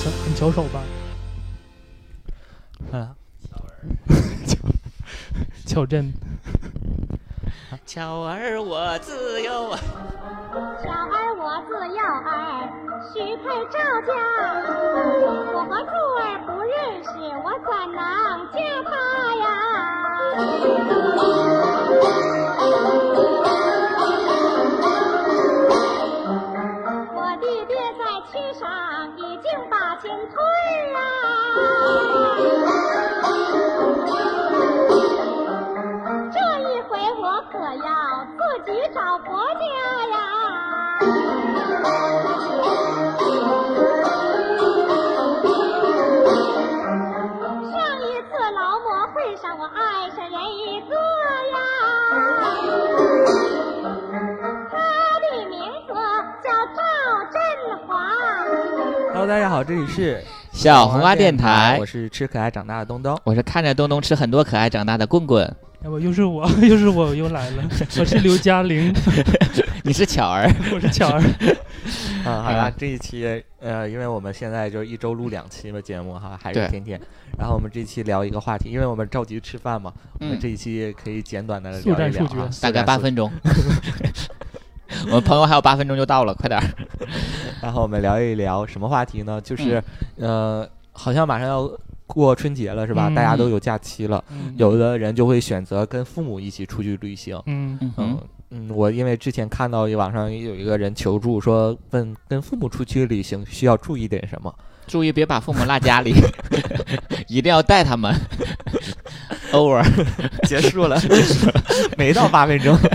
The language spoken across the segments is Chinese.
很巧手吧？巧阵。 巧儿我自幼啊， 巧儿我自幼儿，许配赵家。我和柱儿不认识，我怎能嫁他呀？我的爹在区上已经把钱退啊。这一回我可要自己找国家呀。上一次劳模会上我爱上人一个呀，他的名字叫赵振华。 Hello， 大家好，这里是小红花电台， 我是吃可爱长大的东东， 我是看着东东吃很多可爱长大的棍棍。 要不又是我，我又来了，我是刘嘉玲， 你是巧儿， 我是巧儿。 好了，这一期因为我们现在就是一周录2期的节目哈，还是天天。然后我们这一期聊一个话题，因为我们着急吃饭嘛，我们这一期可以简短的聊一聊啊， 大概8分钟。我们朋友还有8分钟就到了，快点。 然后我们聊一聊什么话题呢？就是好像马上要过春节了是吧？大家都有假期了，有的人就会选择跟父母一起出去旅行。我因为之前看到网上有一个人求助说，问跟父母出去旅行需要注意点什么？ 注意别把父母落家里，一定要带他们。Over， 结束了，没到8分钟。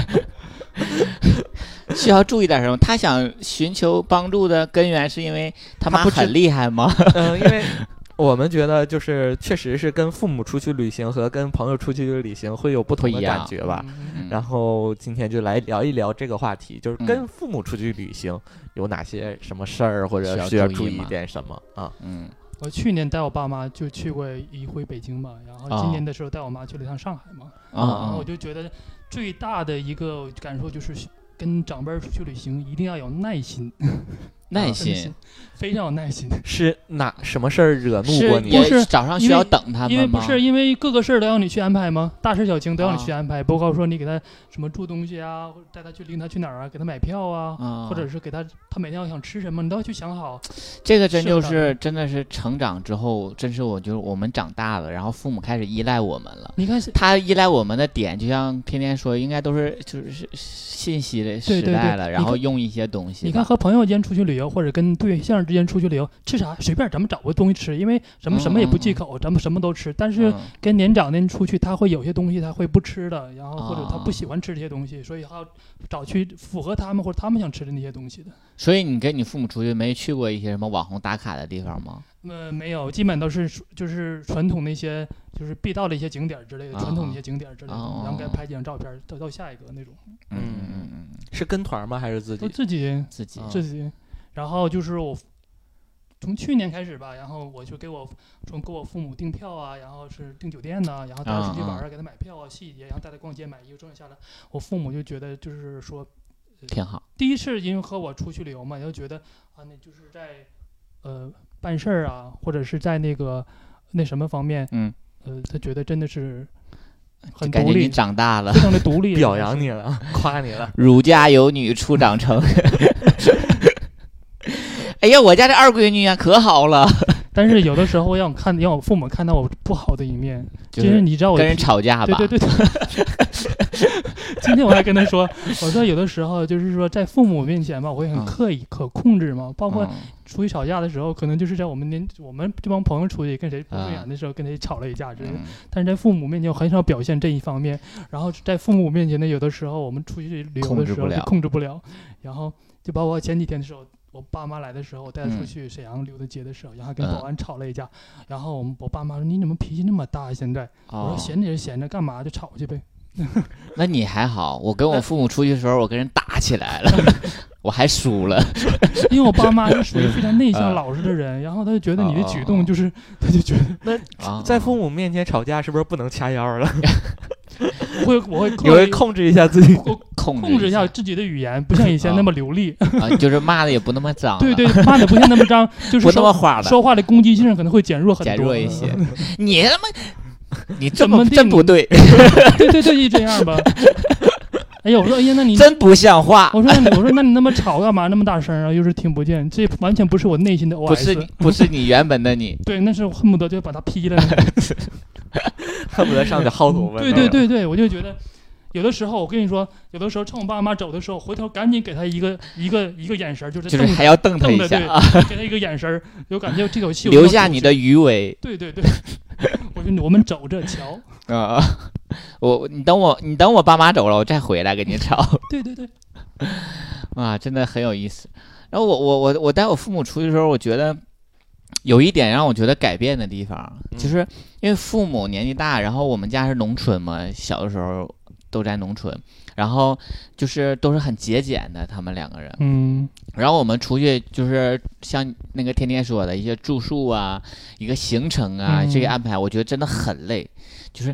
需要注意点什么？他想寻求帮助的根源是因为他妈很厉害吗？ 因为我们觉得就是确实是跟父母出去旅行和跟朋友出去旅行会有不同的感觉吧。然后今天就来聊一聊这个话题，就是跟父母出去旅行有哪些什么事儿，或者需要注意点什么啊？ 我去年带我爸妈就去过一回北京嘛，然后今年的时候带我妈去了一趟上海嘛，然后我就觉得最大的一个感受就是跟长辈出去旅行一定要有耐心。 耐心， 非常有耐心。 是什么事儿惹怒过你？ 不是早上需要等他们吗？ 因为不是因为各个事儿都要你去安排吗？大事小情都要你去安排，包括说你给他什么住东西啊，或者带他去领他去哪儿啊，给他买票啊，或者是给他每天要想吃什么，你都要去想好。 这个真的是成长之后，真是我觉得我们长大了，然后父母开始依赖我们了。 你看他依赖我们的点，就像天天说，应该都是就是信息的时代了，然后用一些东西。 你看和朋友间出去旅游，或者跟对象之间出去旅游，吃啥随便咱们找个东西吃，因为什么也不忌口，咱们什么都吃。但是跟年长的人出去，他会有些东西他会不吃的，然后或者他不喜欢吃这些东西，所以要找去符合他们或者他们想吃的那些东西的。 所以你跟你父母出去没去过一些什么网红打卡的地方吗？ 没有，基本都是就是传统那些就是必到的一些景点之类的，传统的一些景点之类的，然后给他拍几张照片，到下一个那种。 是跟团吗？还是自己？ 自己。然后就是我从去年开始吧，然后我就给我父母订票啊，然后是订酒店呐，然后带他出去玩啊，给他买票啊，细节，然后带他逛街买衣服，这样下来，我父母就觉得就是说， 挺好。 第一次因为和我出去旅游嘛，就觉得啊，那就是在办事儿啊，或者是在那什么方面，他觉得真的是很独立， 感觉你长大了， 非常的独立， 表扬你了，夸你了， 儒家有女初长成。哎呀，我家这二闺女啊，可好了。 但是有的时候让我父母看到我不好的一面，就是你知道我跟人吵架吧？ 对。今天我还跟他说，我说有的时候就是说在父母面前吧，我会很刻意可控制嘛，包括出去吵架的时候，可能就是在我们这帮朋友出去跟谁不顺眼的时候，跟谁吵了一架之类的。但是在父母面前，我很少表现这一方面。然后在父母面前呢，有的时候我们出去旅游的时候就控制不了，然后就包括前几天的时候。我爸妈来的时候，我带他出去沈阳溜达街的时候，然后跟保安吵了一架，然后我爸妈说：“你怎么脾气那么大？现在？”我说：“闲着也是闲着，干嘛就吵去呗。” 那你还好，我跟我父母出去的时候，我跟人打起来了，我还输了。 因为我爸妈是属于非常内向、老实的人，然后他就觉得你的举动就是，他就觉得那在父母面前吵架是不是不能掐腰了？ 我会控制一下自己， 控制一下自己的语言，不像以前那么流利啊，就是骂的也不那么脏， 对，骂的不像那么脏，就是不那么花了， 说话的攻击性可能会减弱很多， 减弱一些。你他妈，你这么真不对， 对，就这样吧。哎呀，我说，哎呀，那你真不像话。 我说，那你那么吵干嘛？那么大声啊？又是听不见，这完全不是我内心的 OS， 不是你原本的你。 对，那是恨不得就把他劈了， 恨不得上去薅土问。 对，我就觉得，有的时候我跟你说，有的时候趁我爸妈走的时候，回头赶紧给他一个眼神，就是还要瞪他一下啊，给他一个眼神，有感觉这口气留下你的余威。 对，我说我们走着瞧啊。你等我爸妈走了，我再回来跟你吵。 对， 啊，真的很有意思。然后我带我父母出去的时候，我觉得有一点让我觉得改变的地方，就是因为父母年纪大，然后我们家是农村嘛，小的时候都在农村，然后就是都是很节俭的，他们两个人。然后我们出去就是像那个天天说的一些住宿啊，一个行程啊，这个安排，我觉得真的很累，就是。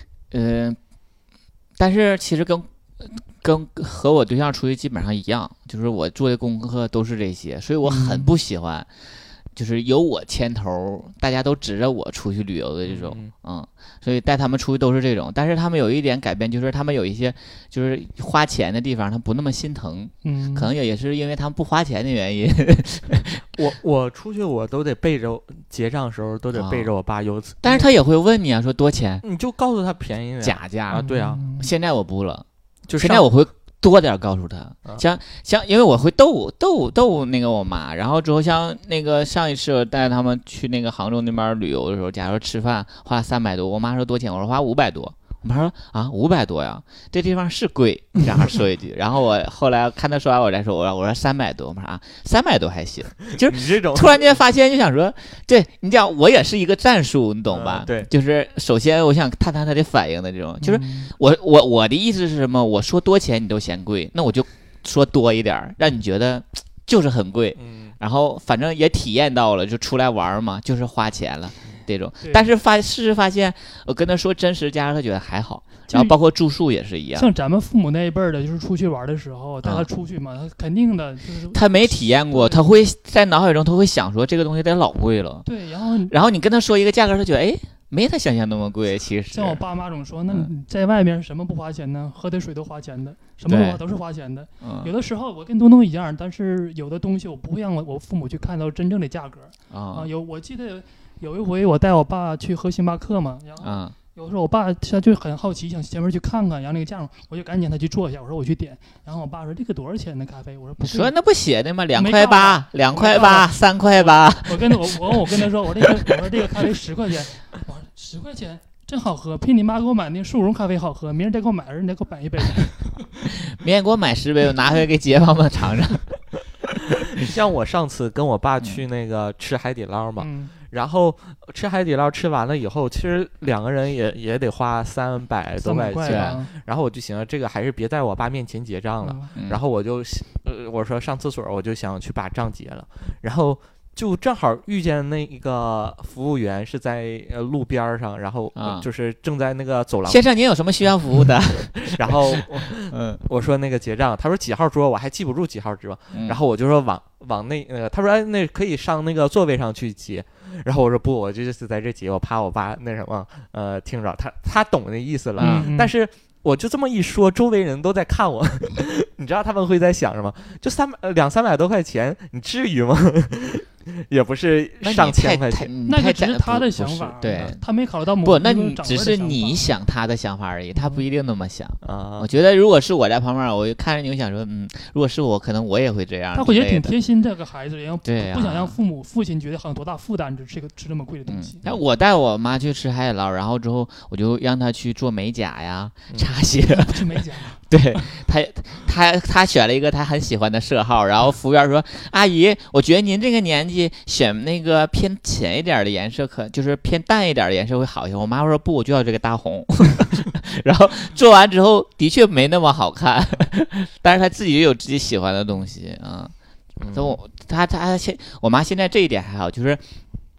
但是其实跟和我对象出去基本上一样，就是我做的功课都是这些，所以我很不喜欢，就是由我牵头，大家都指着我出去旅游的这种，所以带他们出去都是这种。但是他们有一点改变，就是他们有一些就是花钱的地方，他不那么心疼，可能也是因为他们不花钱的原因。 我出去我都得背着结账的时候都得背着我爸有， 但是他也会问你啊，说多钱， 你就告诉他便宜假价啊，对啊。 现在我不了，就现在我会多点告诉他，像因为我会逗那个我妈，然后之后像那个上一次我带他们去那个杭州那边旅游的时候，假如吃饭花300多，我妈说多钱，我说花500多。我妈说啊，500多呀，这地方是贵，这样说一句。然后我后来看他说完，我再说，我说300多，我妈说啊，300多还行。就是你这种突然间发现，就想说，对你讲，我也是一个战术，你懂吧？ 对， 就是首先我想看他的反应的这种，就是我的意思是什么？我说多钱你都嫌贵，那我就说多一点，让你觉得就是很贵。然后反正也体验到了，就出来玩嘛，就是花钱了。这种，但是事实发现，我跟他说真实价，他觉得还好。然后包括住宿也是一样。 像咱们父母那一辈儿的，就是出去玩的时候带他出去嘛，他肯定的就是他没体验过，他会在脑海中他会想说这个东西得老贵了。 对， 然后你跟他说一个价格，他觉得哎，没他想象那么贵。其实像我爸妈总说，那你在外面什么不花钱呢？喝的水都花钱的，什么都是花钱的。有的时候我跟东东一样，但是有的东西我不会让我父母去看到真正的价格我记得。有一回我带我爸去喝星巴克嘛，然后有时候我爸他就很好奇，想前面去看看，然后那个价，我就赶紧他去坐下，我说我去点，然后我爸说这个多少钱的咖啡？我说不是， 说那不写的吗？2块8、2块8、3块8。 我跟他说，我说这个咖啡10块钱，我说10块钱真好喝，比你妈给我买那速溶咖啡好喝，明儿再给我买，你再给我买一杯。 明天给我买10杯，我拿回来给街坊们尝尝。 像我上次跟我爸去那个吃海底捞嘛。然后吃海底捞吃完了以后，其实2个人也得花300多块钱。然后我就寻思这个还是别在我爸面前结账了。然后我就我说上厕所，我就想去把账结了。然后就正好遇见那个服务员是在路边上，然后就是正在那个走廊。 先生，您有什么需要服务的？ 然后我说那个结账，他说几号桌，我还记不住几号桌。然后我就说往那他说那可以上那个座位上去结。然后我说不，我就是在这结，我怕我爸那什么听着他懂那意思了。但是我就这么一说，周围人都在看我。你知道他们会在想什么？就200-300多块钱，你至于吗？也不是上千块钱， 那个只是他的想法， 对， 他没考虑到不，那你只是你想他的想法而已，他不一定那么想啊。我觉得如果是我在旁边，我看着你，我想说，如果是我，可能我也会这样。 他会觉得挺贴心，这个孩子，然后对， 不想让父亲觉得好像多大负担，吃这么贵的东西。 那我带我妈去吃海底捞，然后之后我就让她去做美甲呀、擦鞋。 去美甲。 对他选了一个他很喜欢的色号，然后服务员说：“阿姨，我觉得您这个年纪选那个偏浅一点的颜色，就是偏淡一点的颜色会好一些。”我妈说：“不，我就要这个大红。”然后做完之后的确没那么好看，但是他自己有自己喜欢的东西啊。我妈现在这一点还好，就是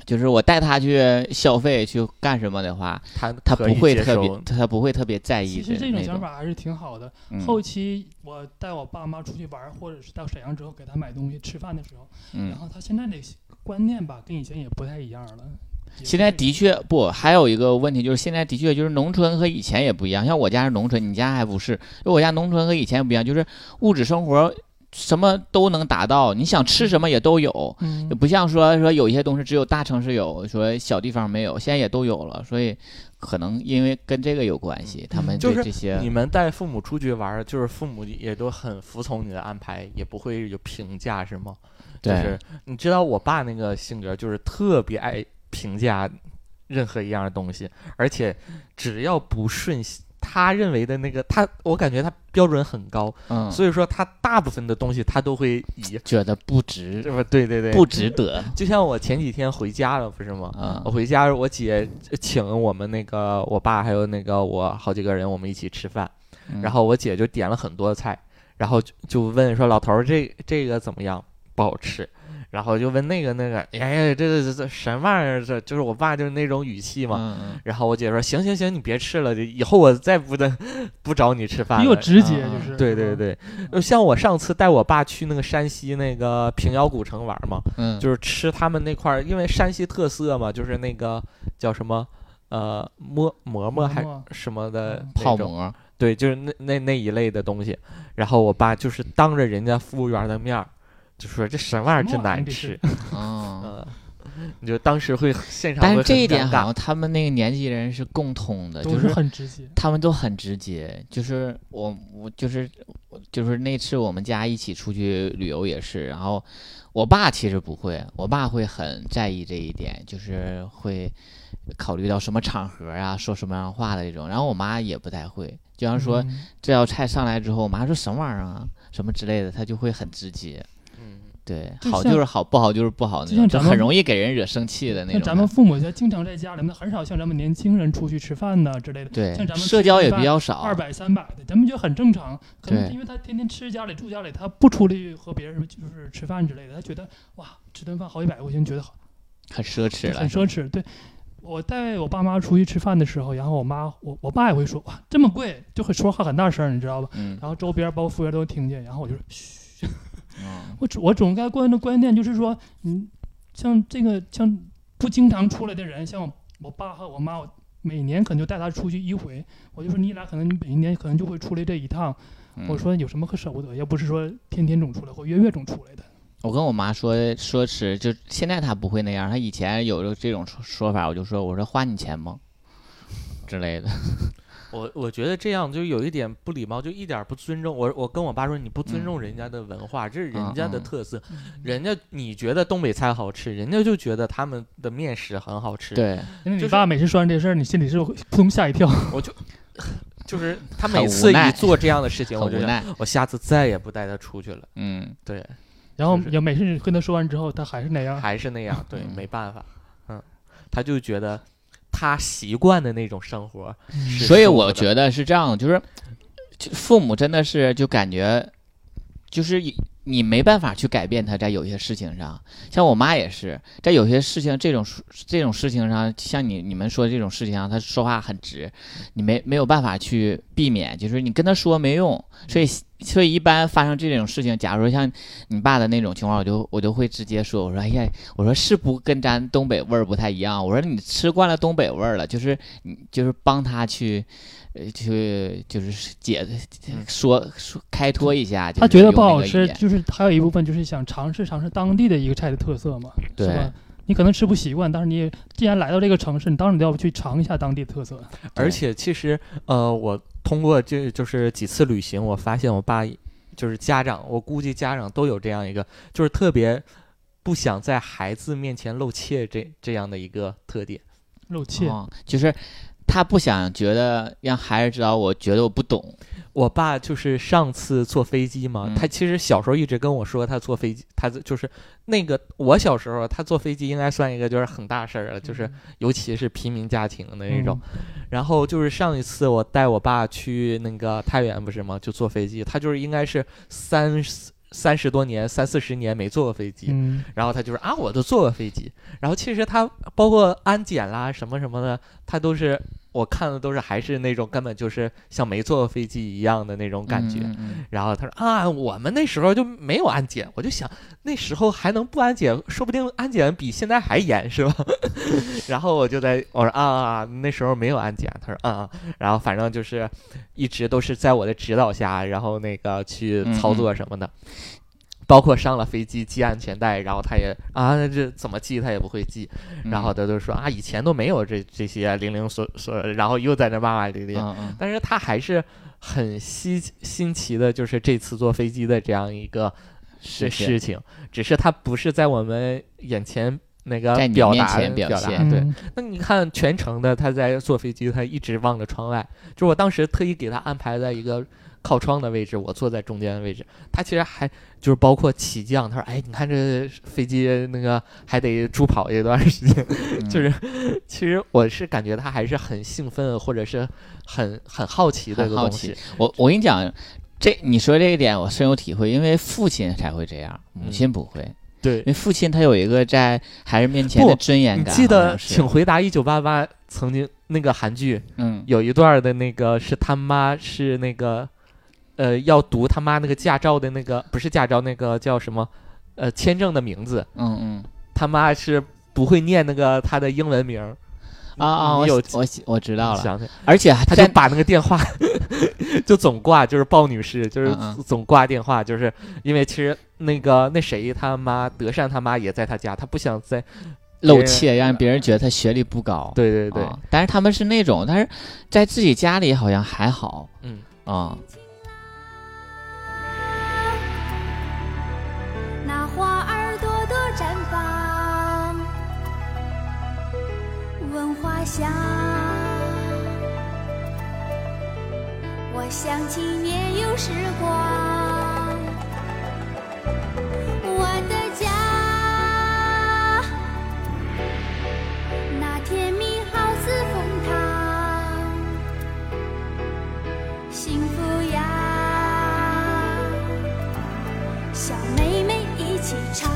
就是我带他去消费去干什么的话，他不会特别在意。 其实这种想法还是挺好的。后期我带我爸妈出去玩，或者是到沈阳之后给他买东西吃饭的时候，然后他现在的观念吧跟以前也不太一样了。 现在的确不，还有一个问题就是现在的确就是农村和以前也不一样。像我家是农村，你家还不是？因为我家农村和以前不一样，就是物质生活什么都能达到，你想吃什么也都有，也不像说有一些东西只有大城市有，说小地方没有，现在也都有了。所以可能因为跟这个有关系，他们对这些、 就是你们带父母出去玩，就是父母也都很服从你的安排，也不会有评价，是吗？ 对， 就是你知道我爸那个性格就是特别爱评价任何一样的东西，而且只要不顺他认为的那个我感觉他标准很高，所以说他大部分的东西他都会觉得不值， 对对对， 不值得。 就像我前几天回家了，不是吗？我回家，我姐请我们那个我爸还有那个我好几个人，我们一起吃饭，然后我姐就点了很多菜，然后就问说老头这个怎么样？不好吃。然后就问那个，哎，这什么玩意儿？这就是我爸就是那种语气嘛。然后我姐说：“行，你别吃了，以后我再不找你吃饭了。” 比较直接，就是。 对对对，像我上次带我爸去那个山西那个平遥古城玩嘛，就是吃他们那块儿，因为山西特色嘛，就是那个叫什么馍还什么的泡馍， 对，就是那一类的东西。然后我爸就是当着人家服务员的面儿。就说这什么玩意儿真难吃你就当时会现场会很尴尬。 但是这一点好像他们那个年纪人是共通的，就是很直接， 他们都很直接。就是我就是那次我们家一起出去旅游也是，然后我爸其实不会，我爸会很在意这一点，就是会考虑到什么场合啊，说什么样话的这种。然后我妈也不太会，就像说这道菜上来之后，我妈说什么玩意儿啊，什么之类的，她就会很直接。对，好就是好，不好就是不好那种，就很容易给人惹生气的那种。 像咱们父母就经常在家里面，很少像咱们年轻人出去吃饭呐之类的。 对， 像咱们社交也比较少 ，200、300的，咱们觉得很正常。可能因为他天天吃家里住家里，他不出去和别人就是吃饭之类的，他觉得哇，吃顿饭好几百块钱，觉得很奢侈了， 很奢侈。对，我带我爸妈出去吃饭的时候，然后我爸也会说哇，这么贵，就会说话很大声，你知道吧？然后周边包括服务员都听见，然后我就嘘。我总该观念就是说，像不经常出来的人，像我爸和我妈，我每年可能就带他出去一回。我就说你俩可能每一年可能就会出来这一趟。我说有什么可舍不得？要不是说天天总出来或月总出来的。 我跟我妈说吃，就现在她不会那样，她以前有这种说法，我说花你钱吗之类的。 我觉得这样就有一点不礼貌，就一点不尊重。我跟我爸说，你不尊重人家的文化，这是人家的特色。人家你觉得东北菜好吃，人家就觉得他们的面食很好吃。 对， 你爸每次说完这事儿，你心里是扑通吓一跳。 我就是他每次一做这样的事情，我就我下次再也不带他出去了。对。 然后也每次跟他说完之后，他还是那样， 对，没办法。他就觉得。他习惯的那种生活， 所以我觉得是这样，就是父母真的是就感觉，就是你没办法去改变他在有些事情上。像我妈也是，在有些事情这种事情上，像你们说的这种事情上，他说话很直，你没有办法去避免，就是你跟他说没用。所以一般发生这种事情，假如说像你爸的那种情况，我就会直接说，我说哎呀，我说是不跟咱东北味儿不太一样，我说你吃惯了东北味儿了，就是帮他去就是说开脱一下， 他觉得不好吃，就是还有一部分就是想尝试当地的一个菜的特色嘛， 对吧？ 你可能吃不习惯，但是你既然来到这个城市，你当然要去尝一下当地的特色。 而且其实我通过就是几次旅行，我发现我爸就是家长，我估计家长都有这样一个，就是特别不想在孩子面前露怯这样的一个特点。 露怯， 就是他不想觉得让孩子知道我觉得我不懂。 我爸就是上次坐飞机嘛，他其实小时候一直跟我说他坐飞机，他就是那个我小时候他坐飞机应该算一个就是很大事儿了，就是尤其是平民家庭的那种。然后就是上一次我带我爸去那个太原不是吗？就坐飞机，他就是应该是 30多年、30-40年没坐过飞机，然后他就说啊，我都坐过飞机。然后其实他包括安检啦什么什么的，他都是我看的都是还是那种根本就是像没坐过飞机一样的那种感觉。然后他说啊，我们那时候就没有安检，我就想那时候还能不安检，说不定安检比现在还严是吧？然后我说啊，那时候没有安检。他说然后反正就是一直都是在我的指导下，然后那个去操作什么的。包括上了飞机系安全带，然后他也这怎么系他也不会系，然后他就说以前都没有这些零零琐，然后又在那骂咧咧，但是他还是很新奇的，就是这次坐飞机的这样一个事情，只是他不是在我们眼前那个表达，对。那你看全程的他在坐飞机，他一直望着窗外，就我当时特意给他安排在一个靠窗的位置，我坐在中间的位置。他其实还就是包括起降，他说你看这飞机那个还得助跑一段时间，就是其实我是感觉他还是很兴奋，或者是很好奇的一个东西。 我跟你讲，你说这一点我深有体会，因为父亲才会这样，母亲不会。 对， 因为父亲他有一个在孩子面前的尊严感。 你记得请回答1988曾经那个韩剧，有一段的那个是他妈是那个要读他妈那个驾照的那个，不是驾照，那个叫什么签证的名字，他妈是不会念那个他的英文名我知道了， 想而且他就把那个电话就总挂，就是鲍女士就是总挂电话，就是因为其实那谁他妈德善他妈也在他家，他不想再露怯，让别人觉得他学历不高。 对对对， 但是他们是那种，但是在自己家里好像还好。 那花儿朵朵绽放，闻花香。我想起年幼时光，我的家，那甜蜜好似蜂糖，幸福呀，小妹妹一起唱。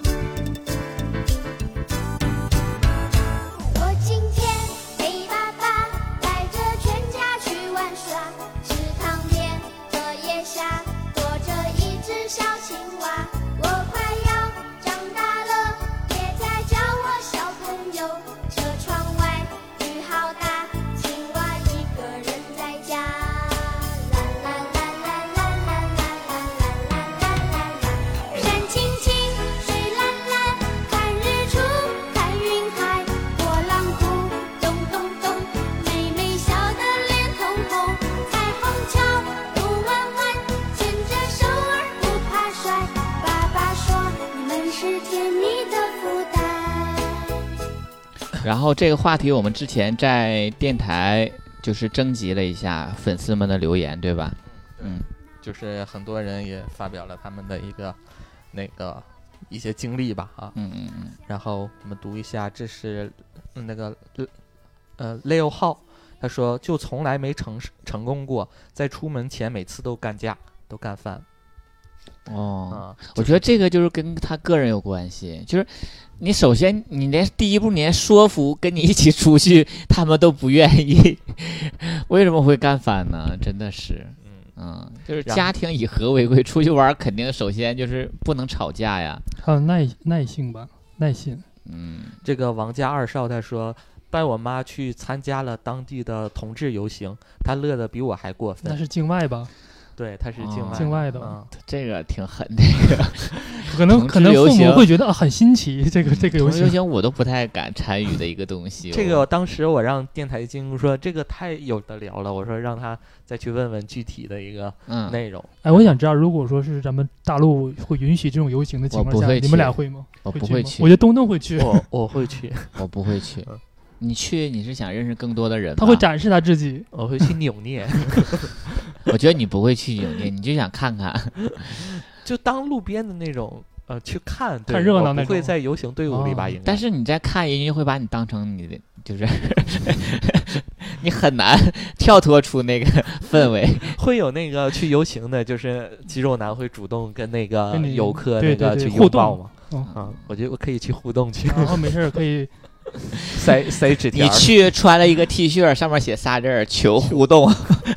我今天陪爸爸带着全家去玩耍，池塘边荷叶下躲着一只小青蛙。我快要长大了，别再叫我小朋友，车窗外雨好大，青蛙一个人在家。啦啦啦啦啦啦啦啦啦啦啦，山青青水蓝蓝，看日出看云海，波浪鼓咚咚咚，妹妹笑得脸通红，彩虹桥路弯弯，牵着手儿不怕摔，爸爸说你们是甜蜜的负担。 然后这个话题我们之前在电台就是征集了一下粉丝们的留言，对吧？ 就是很多人也发表了他们的一些经历吧然后我们读一下，这是那个Leo 号，他说就从来没成功过，在出门前每次都干架都干翻。 我觉得这个就是跟他个人有关系，就是你首先你连第一步你连说服跟你一起出去他们都不愿意为什么会干翻呢？真的是就是家庭以和为贵，出去玩肯定首先就是不能吵架呀， 还有耐性吧，耐心。 这个王家二少他说带我妈去参加了当地的同志游行，她乐得比我还过分。 那是境外吧？ 对，他是境外的， 这个挺狠的。 可能父母会觉得很新奇，这个游行我都不太敢参与的一个东西。 这个当时我让电台经理说这个太有的聊了，我说让他再去问问具体的一个内容。 我想知道，如果说是咱们大陆会允许这种游行的情况下，你们俩会吗？ 我不会去。 我觉得东东会去， 我会去， 我不会去。你去，你是想认识更多的人吗？ 他会展示他自己。 我会去扭捏。 我觉得你不会去扭捏，你就想看看， 就当路边的那种去看热闹那种， 不会在游行队伍里吧？应该。 但是你在看，人家会把你当成你的，就是你很难跳脱出那个氛围。 会有那个去游行的，就是肌肉男会主动跟那个游客那个去拥抱嘛。我觉得我可以去互动去。 然后没事可以塞纸条。 你去穿了一个 T 恤，上面写仨字儿“求互动”。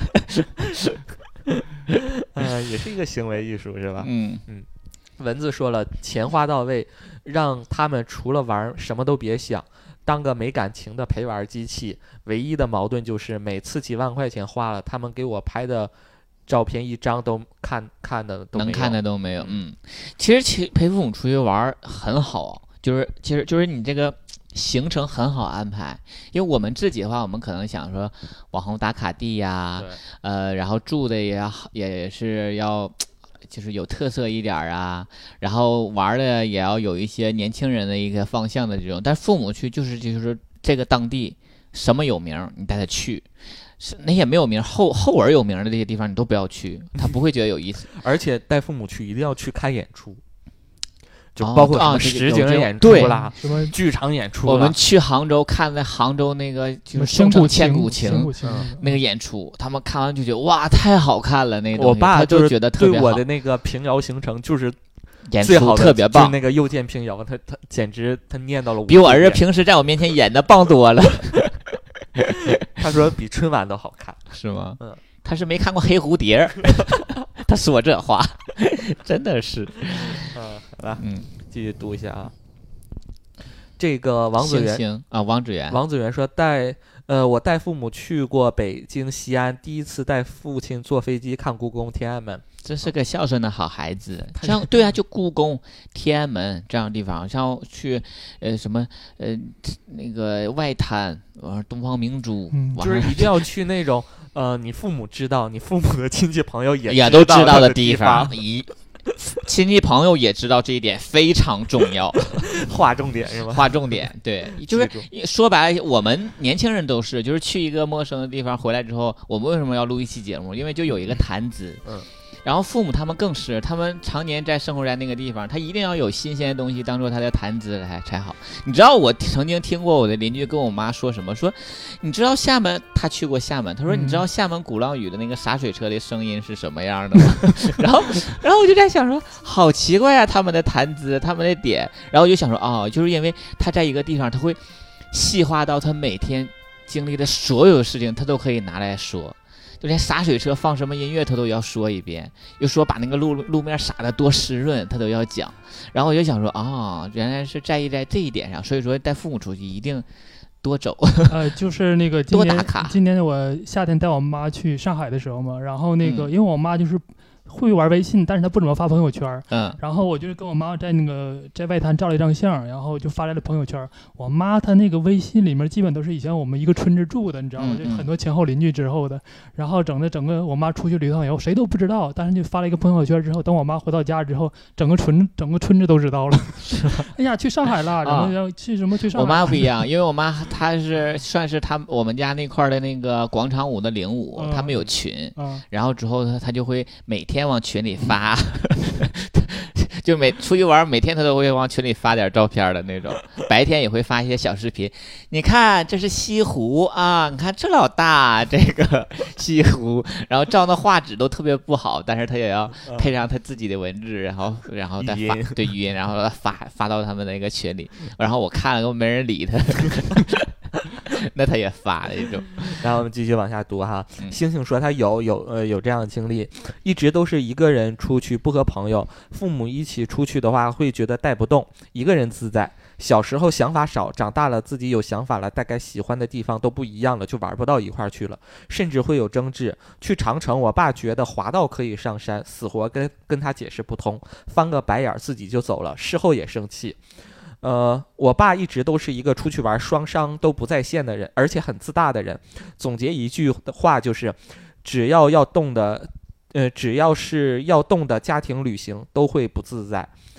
也是一个行为艺术，是吧？蚊子说了，钱花到位，让他们除了玩什么都别想，当个没感情的陪玩机器。唯一的矛盾就是每次几万块钱花了，他们给我拍的照片一张都看的都没有， 能看的都没有。其实陪父母出去玩很好，就是你这个行程很好安排。因为我们自己的话，我们可能想说网红打卡地呀，然后住的也是要就是有特色一点啊，然后玩的也要有一些年轻人的一个方向的这种。但父母去就是这个当地什么有名，你带他去。那些没有名后文有名的这些地方你都不要去，他不会觉得有意思。 而且带父母去一定要去看演出，就包括什么实景演出啦， 什么剧场演出。 我们去杭州看在杭州那个就是千古情那个演出，他们看完就觉得哇太好看了那种。 我爸就觉得特别好。 对我的那个平遥行程就是演出特别棒， 就是那个又见平遥，他简直他念到了比我儿子平时在我面前演的棒多了。 他说比春晚都好看， 是吗？他是没看过黑蝴蝶。他说这话真的是。 好吧，继续读一下啊。这个王子源啊，王子源说我带父母去过北京西安，第一次带父亲坐飞机看故宫天安门。 这是个孝顺的好孩子。像对啊，就故宫天安门这样的地方，像去什么那个外滩，东方明珠， 就是一定要去那种你父母知道，你父母的亲戚朋友也都知道的地方。 亲戚朋友也知道这一点非常重要。 划重点是吧？ 划重点，对，就是说白了，我们年轻人都是，就是去一个陌生的地方回来之后，我们为什么要录一期节目？因为就有一个谈资。然后父母他们更是，他们常年在生活在那个地方，他一定要有新鲜的东西当做他的谈资才好。你知道我曾经听过我的邻居跟我妈说什么？说你知道厦门，他去过厦门，他说你知道厦门鼓浪屿的那个洒水车的声音是什么样的吗？然后我就在想说，好奇怪啊，他们的谈资，他们的点。然后我就想说，就是因为他在一个地方，他会细化到他每天经历的所有事情，他都可以拿来说。就连洒水车放什么音乐他都要说一遍，又说把那个路面洒得多湿润他都要讲。然后我就想说原来是在意在这一点上，所以说带父母出去一定多走。 就是那个多打卡。 今年我夏天带我妈去上海的时候嘛，然后那个因为我妈就是会玩微信，但是她不怎么发朋友圈。然后我就是跟我妈在外滩照了一张相，然后就发在了朋友圈。我妈她那个微信里面基本都是以前我们一个村子住的，你知道吗？就很多前后邻居之后的。然后整个我妈出去旅游以后谁都不知道，但是就发了一个朋友圈之后，等我妈回到家之后，整个村子都知道了。是吧？哎呀，去上海了，然后要去什么去上海？ 我妈不一样，因为我妈她是算是我们家那块的那个广场舞的领舞，他们有群，然后之后她就会每天往群里发。就出去玩，每天他都会往群里发点照片的那种，白天也会发一些小视频。你看这是西湖啊，你看这老大这个西湖，然后照的画质都特别不好，但是他也要配上他自己的文字，然后再发对语音，然后发到他们那个群里，然后我看了都没人理他。那他也发了一种。 然后我们继续往下读哈。星星说他有这样的经历，一直都是一个人出去，不和朋友。父母一起出去的话会觉得带不动，一个人自在。小时候想法少，长大了自己有想法了，大概喜欢的地方都不一样了，就玩不到一块去了，甚至会有争执。去长城，我爸觉得滑道可以上山，死活跟他解释不通，翻个白眼自己就走了，事后也生气。我爸一直都是一个出去玩双商都不在线的人，而且很自大的人。总结一句话就是，只要是要动的家庭旅行都会不自在。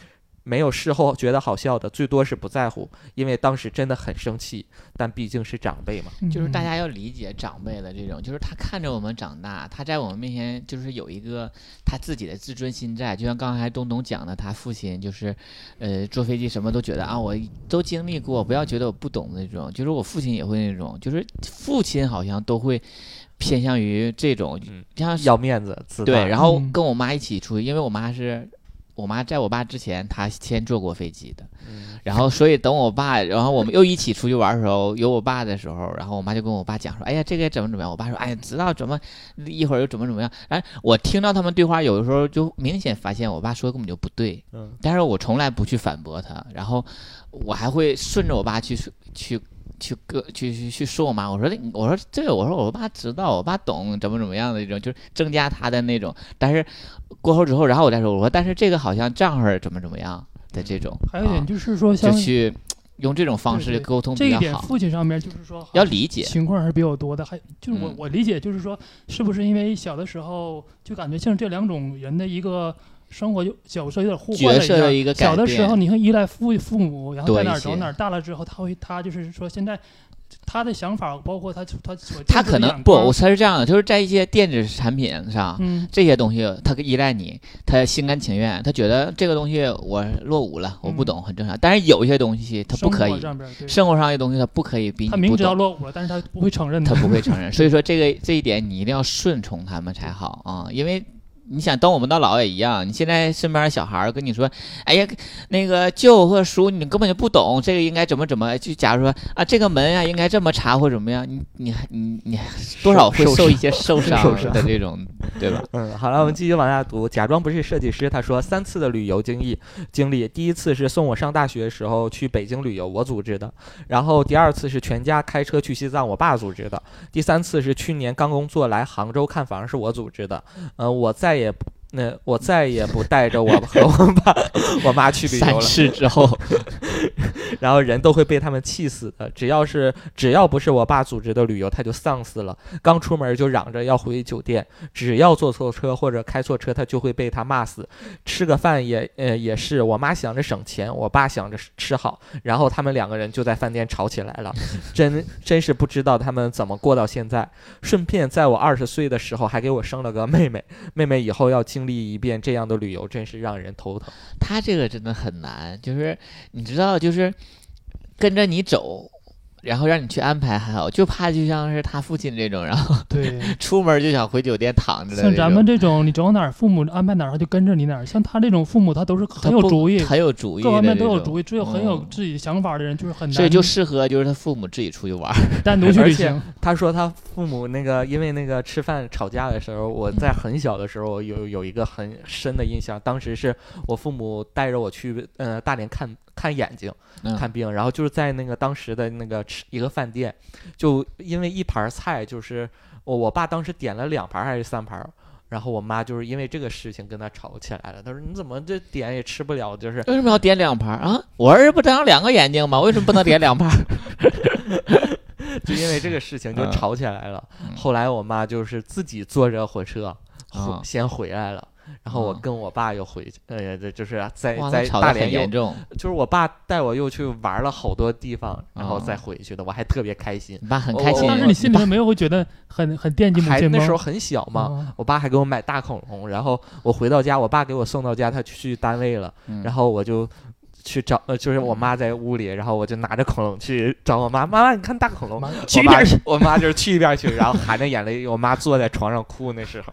没有事后觉得好笑的，最多是不在乎，因为当时真的很生气，但毕竟是长辈嘛。 就是大家要理解长辈的这种，就是他看着我们长大，他在我们面前就是有一个他自己的自尊心在，就像刚才东东讲的，他父亲就是坐飞机什么都觉得啊我都经历过，不要觉得我不懂的那种，就是我父亲也会那种，就是父亲好像都会偏向于这种，像要面子， 对，然后跟我妈一起出去，因为我妈在我爸之前，她先坐过飞机的，然后所以等我爸，然后我们又一起出去玩的时候，有我爸的时候，然后我妈就跟我爸讲说，哎呀，这个怎么样？我爸说，哎呀，知道怎么，一会儿又怎么样。哎，我听到他们对话，有的时候就明显发现我爸说的根本就不对，但是我从来不去反驳他，然后我还会顺着我爸去说我妈，我说这个，我说我爸知道，我爸懂怎么样的这种，就是增加他的那种。但是过后之后，然后我再说，我说但是这个好像这样怎么样的这种。 还有一点就是说， 就去用这种方式沟通比较好。 这一点父亲上面就是说要理解情况是比较多的，还就是我理解就是说，是不是因为小的时候就感觉像这两种人的一个。生活就小时候有点互换了一样， 小的时候你会依赖父母，然后在哪儿找哪儿，大了之后他就是说现在他的想法，包括他可能不，他是这样的，就是在一些电子产品上，这些东西他依赖你，他心甘情愿，他觉得这个东西我落伍了，我不懂，很正常。但是有一些东西他不可以，生活上的东西他不可以比你不懂， 他明知道落伍了，但是他不会承认的， 他不会承认。所以说这一点你一定要顺从他们才好啊，因为。你想等我们到老也一样，你现在身边的小孩跟你说，哎呀，那个舅或叔，你根本就不懂这个应该怎么，就假如说啊，这个门啊应该这么插或怎么样，你多少会受一些受伤的这种，对吧？ 好了，我们继续往下读。假装不是设计师，他说3次的旅游经历，第一次是送我上大学的时候去北京旅游，我组织的；然后第2次是全家开车去西藏，我爸组织的；第3次是去年刚工作来杭州看房，是我组织的。我再也不带着我和我爸我妈去旅游了。 3次之后然后人都会被他们气死的，只要不是我爸组织的旅游他就丧死了，刚出门就嚷着要回酒店，只要坐错车或者开错车他就会被他骂死。吃个饭也是我妈想着省钱，我爸想着吃好，然后他们2个人就在饭店吵起来了。真是不知道他们怎么过到现在。顺便在我20岁的时候还给我生了个妹妹以后要经历一遍这样的旅游真是让人头疼。 他这个真的很难，就是你知道，就是跟着你走，然后让你去安排还好，就怕就像是他父亲这种，然后对出门就想回酒店躺着的。 像咱们这种，你走哪儿，父母安排哪儿，他就跟着你哪儿。像他这种父母，他都是很有主意，各方面都有主意，只有很有自己想法的人就是很难。 所以就适合就是他父母自己出去玩， 单独去旅行。 他说他父母因为那个吃饭吵架的时候，我在很小的时候有一个很深的印象，当时是我父母带着我去大连看眼睛看病，然后就是在那个当时的那个一个饭店，就因为一盘菜，就是我爸当时点了2盘还是3盘，然后我妈就是因为这个事情跟他吵起来了。他说你怎么这点也吃不了，就是为什么要点2盘啊？我儿子不长2个眼睛吗？为什么不能点2盘？ 就因为这个事情就吵起来了。后来我妈就是自己坐着火车先回来了。然后我跟我爸又回去，就是在大连严重， 就是我爸带我又去玩了好多地方，然后再回去的，我还特别开心。 你爸很开心， 但是你心里面没有会觉得很惦记母亲吗？ 那时候很小嘛，我爸还给我买大恐龙，然后我回到家，我爸给我送到家，他去单位了，然后我就去找，就是我妈在屋里，然后我就拿着恐龙去找我妈，妈你看大恐龙， 去一边去。 我妈就是去一边去，然后含着眼泪，我妈坐在床上哭，那时候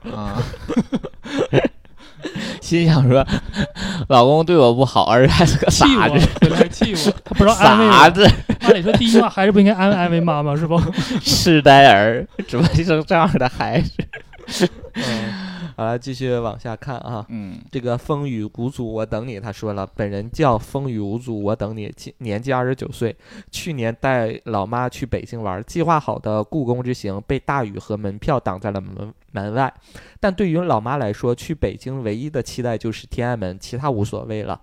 心想说，老公对我不好，儿子还是个傻子， 回来气我，他不知道安慰我。 傻子， 按理说第一句话还是不应该安慰妈妈，是不？ 痴呆儿，怎么生这样的孩子？ 好了，继续往下看啊。这个风雨无阻我等你，他说了，本人叫风雨无阻我等你，年纪29岁，去年带老妈去北京玩，计划好的故宫之行被大雨和门票挡在了门外。但对于老妈来说，去北京唯一的期待就是天安门，其他无所谓了。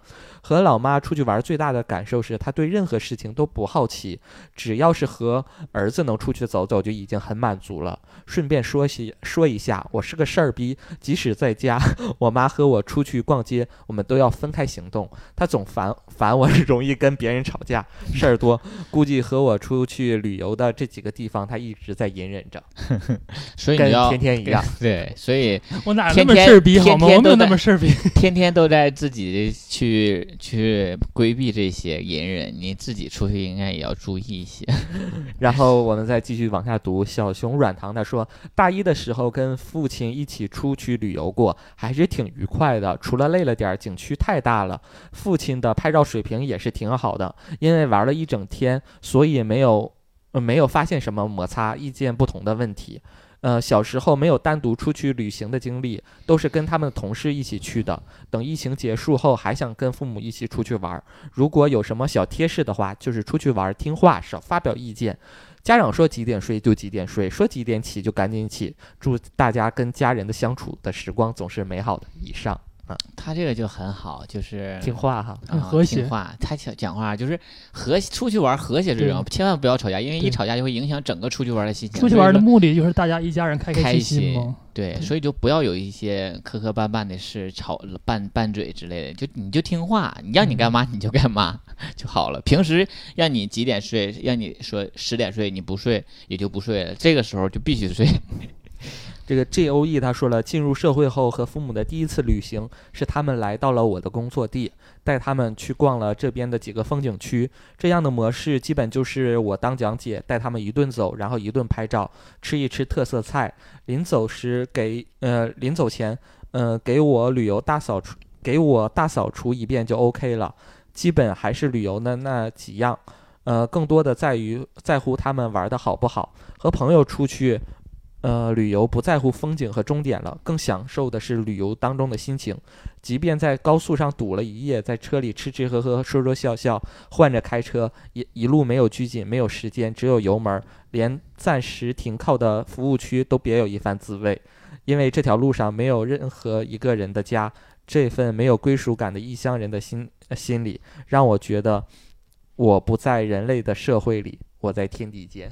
和老妈出去玩最大的感受是，她对任何事情都不好奇，只要是和儿子能出去走走就已经很满足了。顺便说一下，我是个事儿逼，即使在家，我妈和我出去逛街，我们都要分开行动。她总烦我容易跟别人吵架，事儿多。估计和我出去旅游的这几个地方，她一直在隐忍着。 所以你要跟天天一样， 对，所以我哪那么事儿逼好吗？我没有那么事儿逼， 天天都在自己去规避这些隐忍，你自己出去应该也要注意一些。 然后我们再继续往下读，小熊软糖他说，大一的时候跟父亲一起出去旅游过，还是挺愉快的，除了累了点，景区太大了。父亲的拍照水平也是挺好的，因为玩了一整天，所以没有发现什么摩擦、意见不同的问题。小时候没有单独出去旅行的经历，都是跟他们的同事一起去的。等疫情结束后，还想跟父母一起出去玩。如果有什么小贴士的话，就是出去玩听话，少发表意见。家长说几点睡就几点睡，说几点起就赶紧起。祝大家跟家人的相处的时光总是美好的。以上。 他这个就很好，就是听话哈， 很和谐。 听话，他讲话就是出去玩和谐最重要，千万不要吵架，因为一吵架就会影响整个出去玩的心情。 出去玩的目的就是大家一家人开心心嘛。 对，所以就不要有一些磕磕绊绊的事，拌嘴之类的，你就听话，你让你干嘛你就干嘛就好了。平时让你几点睡，让你说10点睡，你不睡也就不睡了，这个时候就必须睡。 这个 JOE 他说了，进入社会后和父母的第一次旅行是他们来到了我的工作地，带他们去逛了这边的几个风景区。这样的模式基本就是我当讲解，带他们一顿走，然后一顿拍照，吃一吃特色菜。临走前给我大扫除一遍就 OK 了，基本还是旅游的那几样。更多的在乎他们玩的好不好。和朋友出去旅游不在乎风景和终点了，更享受的是旅游当中的心情。即便在高速上堵了一夜，在车里吃吃喝喝说说笑笑，换着开车，一路没有拘谨，没有时间，只有油门，连暂时停靠的服务区都别有一番滋味。因为这条路上没有任何一个人的家，这份没有归属感的异乡人的心理，让我觉得我不在人类的社会里，我在天地间。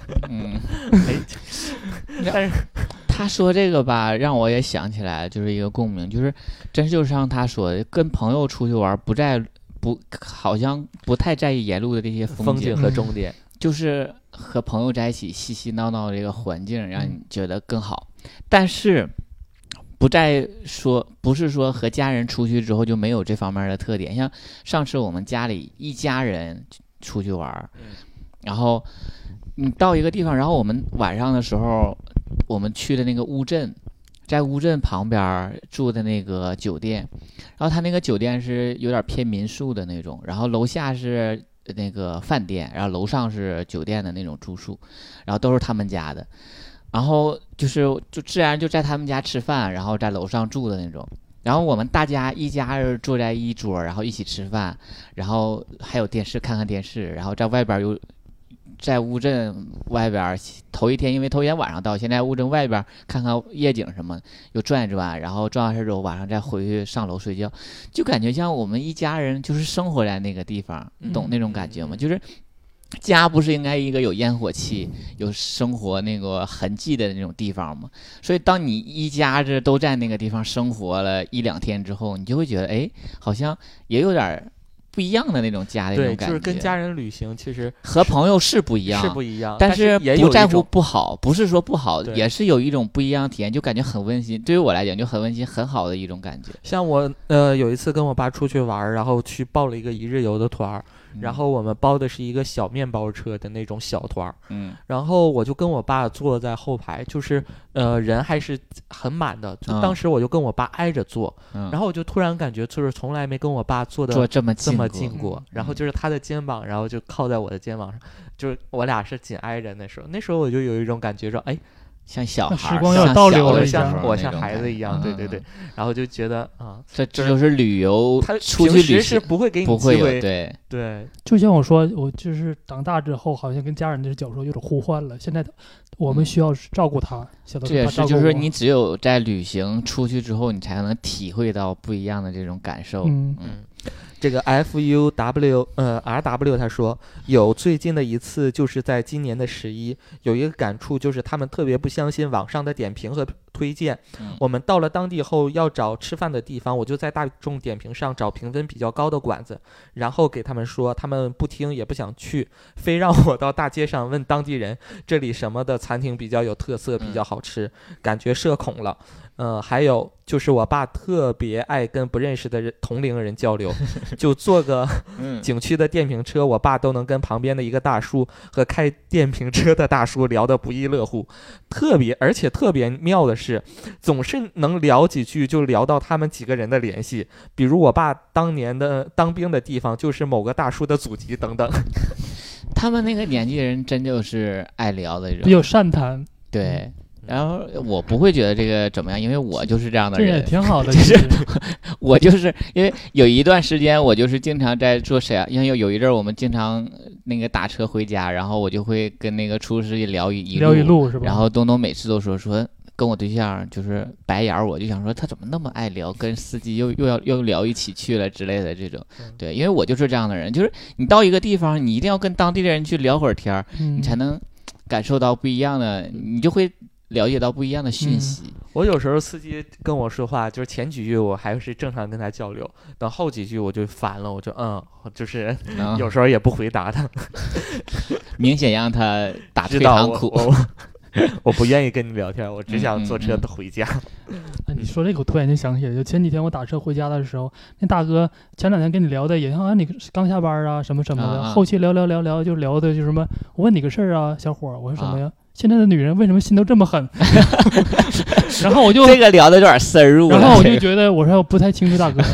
但是他说这个吧，让我也想起来，就是一个共鸣，就是真就像他说的，跟朋友出去玩，好像不太在意沿路的这些风景和终点， 就是和朋友在一起嬉嬉闹闹的这个环境，让你觉得更好。但是不是说和家人出去之后就没有这方面的特点。像上次我们家里一家人出去玩，然后你到一个地方，然后我们晚上的时候，我们去的那个乌镇，在乌镇旁边住的那个酒店，然后他那个酒店是有点偏民宿的那种，然后楼下是那个饭店，然后楼上是酒店的那种住宿，然后都是他们家的，然后就自然就在他们家吃饭，然后在楼上住的那种。然后我们大家一家人坐在一桌，然后一起吃饭，然后还有电视看电视，然后在外边在乌镇外边，头一天因为头一天晚上到，现在乌镇外边看夜景什么，又转一转，然后转完事之后晚上再回去上楼睡觉，就感觉像我们一家人就是生活在那个地方，你懂那种感觉吗？就是家不是应该一个有烟火气、有生活那个痕迹的那种地方吗？所以当你一家子都在那个地方生活了1-2天之后，你就会觉得，哎，好像也有点不一样的那种家的那种感觉。 对，就是跟家人旅行，其实和朋友是不一样，但是不在乎不好，不是说不好，也是有一种不一样的体验，就感觉很温馨。对于我来讲，就很温馨，很好的一种感觉。 像我有一次跟我爸出去玩，然后去报了一个1日游的团。然后我们包的是一个小面包车的那种小团，然后我就跟我爸坐在后排，就是人还是很满的，就当时我就跟我爸挨着坐，然后我就突然感觉就是从来没跟我爸坐这么近过，然后就是他的肩膀，然后就靠在我的肩膀上，就是我俩是紧挨着。那时候我就有一种感觉说，哎， 像小孩， 时光要倒流了， 我像孩子一样，对，然后就觉得这就是旅游， 他出去旅行是不会给你机会，对， 就像我说，我就是长大之后，好像跟家人的角色有点互换了。现在我们需要照顾他， 这也是就是你只有在旅行出去之后，你才能体会到不一样的这种感受。 这个 RW 他说有最近的一次就是在今年的11，有一个感触就是他们特别不相信网上的点评和推荐。我们到了当地后要找吃饭的地方，我就在大众点评上找评分比较高的馆子，然后给他们说，他们不听也不想去，非让我到大街上问当地人这里什么的餐厅比较有特色比较好吃，感觉社恐了。还有就是我爸特别爱跟不认识的人同龄人交流，就坐个景区的电瓶车，我爸都能跟旁边的一个大叔和开电瓶车的大叔聊得不亦乐乎，而且特别妙的是，总是能聊几句就聊到他们几个人的联系，比如我爸当年的当兵的地方就是某个大叔的祖籍等等。 他们那个年纪人真就是爱聊的这种， 比较善谈。 对。然后我不会觉得这个怎么样，因为我就是这样的人， 这也挺好的。 就是我就是因为有一段时间我就是经常在做谁啊，因为有一阵我们经常那个打车回家，然后我就会跟那个出租司机聊一路是吧？ 然后东东每次都说跟我对象就是白眼，我就想说他怎么那么爱聊，跟司机又聊一起去了之类的这种。对，因为我就是这样的人，就是你到一个地方，你一定要跟当地的人去聊会儿天，你才能感受到不一样的，你就会了解到不一样的讯息。 我有时候司机跟我说话，就是前几句我还是正常跟他交流，等后几句我就烦了，我就就是有时候也不回答他， 明显让他打退堂鼓。 我不愿意跟你聊天，我只想坐车回家。 你说这个我突然间想起来，就前几天我打车回家的时候，那大哥前两天跟你聊的也像你刚下班啊什么什么的，后期聊就聊的就什么，我问你个事儿啊，小伙儿，我说什么呀？现在的女人为什么心都这么狠？然后我就这个聊的有点深入了， 然后我就觉得我说不太清楚大哥。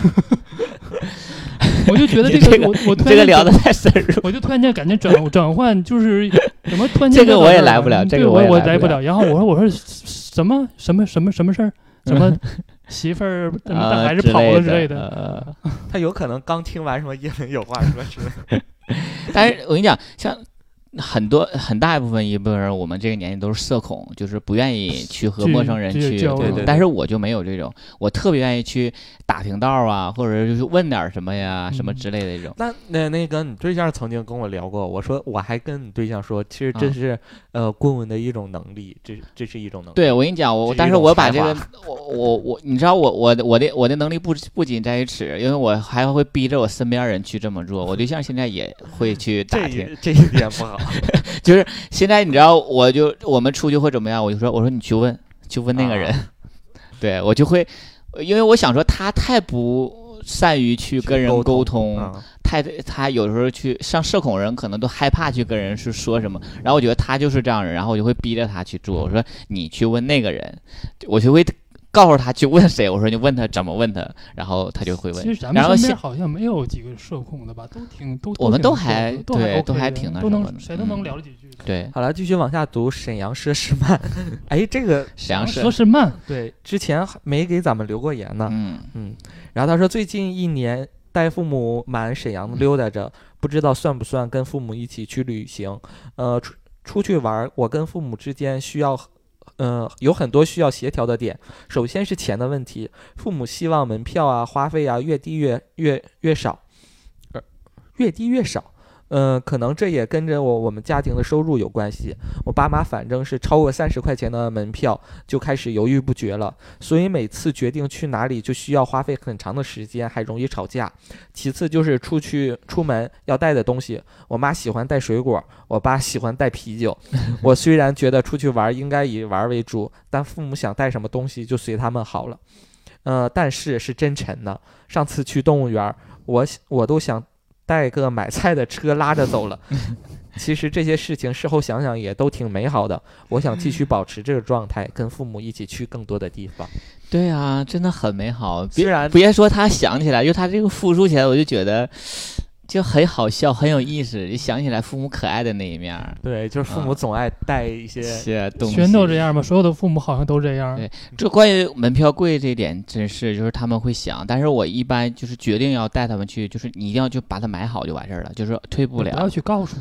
我就觉得这个我突然这个聊得太深入， 我就突然间感觉转换就是怎么突然间这个我也来不了，这个我来不了。然后我说什么事儿？什么媳妇儿带孩子跑了之类的？ 他有可能刚听完什么叶文有话说之类的。 但是我跟你讲，像很大一部分人，我们这个年纪都是社恐，就是不愿意去和陌生人去对。 但是我就没有这种，我特别愿意去打听道啊，或者就是问点什么呀，什么之类的这种。 那个你对象曾经跟我聊过，我说我还跟你对象说，其实这是棍棍的一种能力，这是一种能力。 对，我跟你讲，但是我把这个我你知道我的能力不仅在于此，因为我还会逼着我身边人去这么做。我对象现在也会去打听， 这一点不好。 就是现在你知道，我们出去会怎么样？我说你去问那个人，对我就会，因为我想说他太不善于去跟人沟通，他有时候去像社恐人可能都害怕去跟人是说什么，然后我觉得他就是这样人，然后我就会逼着他去做。我说你去问那个人，我就会告诉他去问谁，我说你问他怎么问他，然后他就会问。 其实咱们身边好像没有几个社恐的吧， 我们都还对，都还挺那什么的， 谁都能聊几句。 对， 好了，继续往下读。沈阳佘诗曼，这个沈阳佘诗曼， 对，之前没给咱们留过言呢。然后他说最近1年带父母满沈阳溜达着，不知道算不算跟父母一起去旅行。出去玩，我跟父母之间有很多需要协调的点。首先是钱的问题，父母希望门票啊、花费啊越低越少，越低越少。可能这也跟着我们家庭的收入有关系。我爸妈反正是超过30块钱的门票就开始犹豫不决了，所以每次决定去哪里就需要花费很长的时间，还容易吵架。其次就是出门要带的东西，我妈喜欢带水果，我爸喜欢带啤酒。我虽然觉得出去玩应该以玩为主，但父母想带什么东西就随他们好了。但是真沉呢。上次去动物园，我都想带个买菜的车拉着走了。其实这些事情事后想想也都挺美好的，我想继续保持这个状态，跟父母一起去更多的地方。 对啊，真的很美好。 别说他想起来，就他这个复述起来，我就觉得就很好笑，很有意思，就想起来父母可爱的那一面。 对，就是父母总爱带一些东西。 全都这样吗？所有的父母好像都这样。 对，这关于门票贵这一点，真是就是他们会想，但是我一般就是决定要带他们去，就是你一定要就把它买好就完事儿了，就是退不了。 不要去告诉他。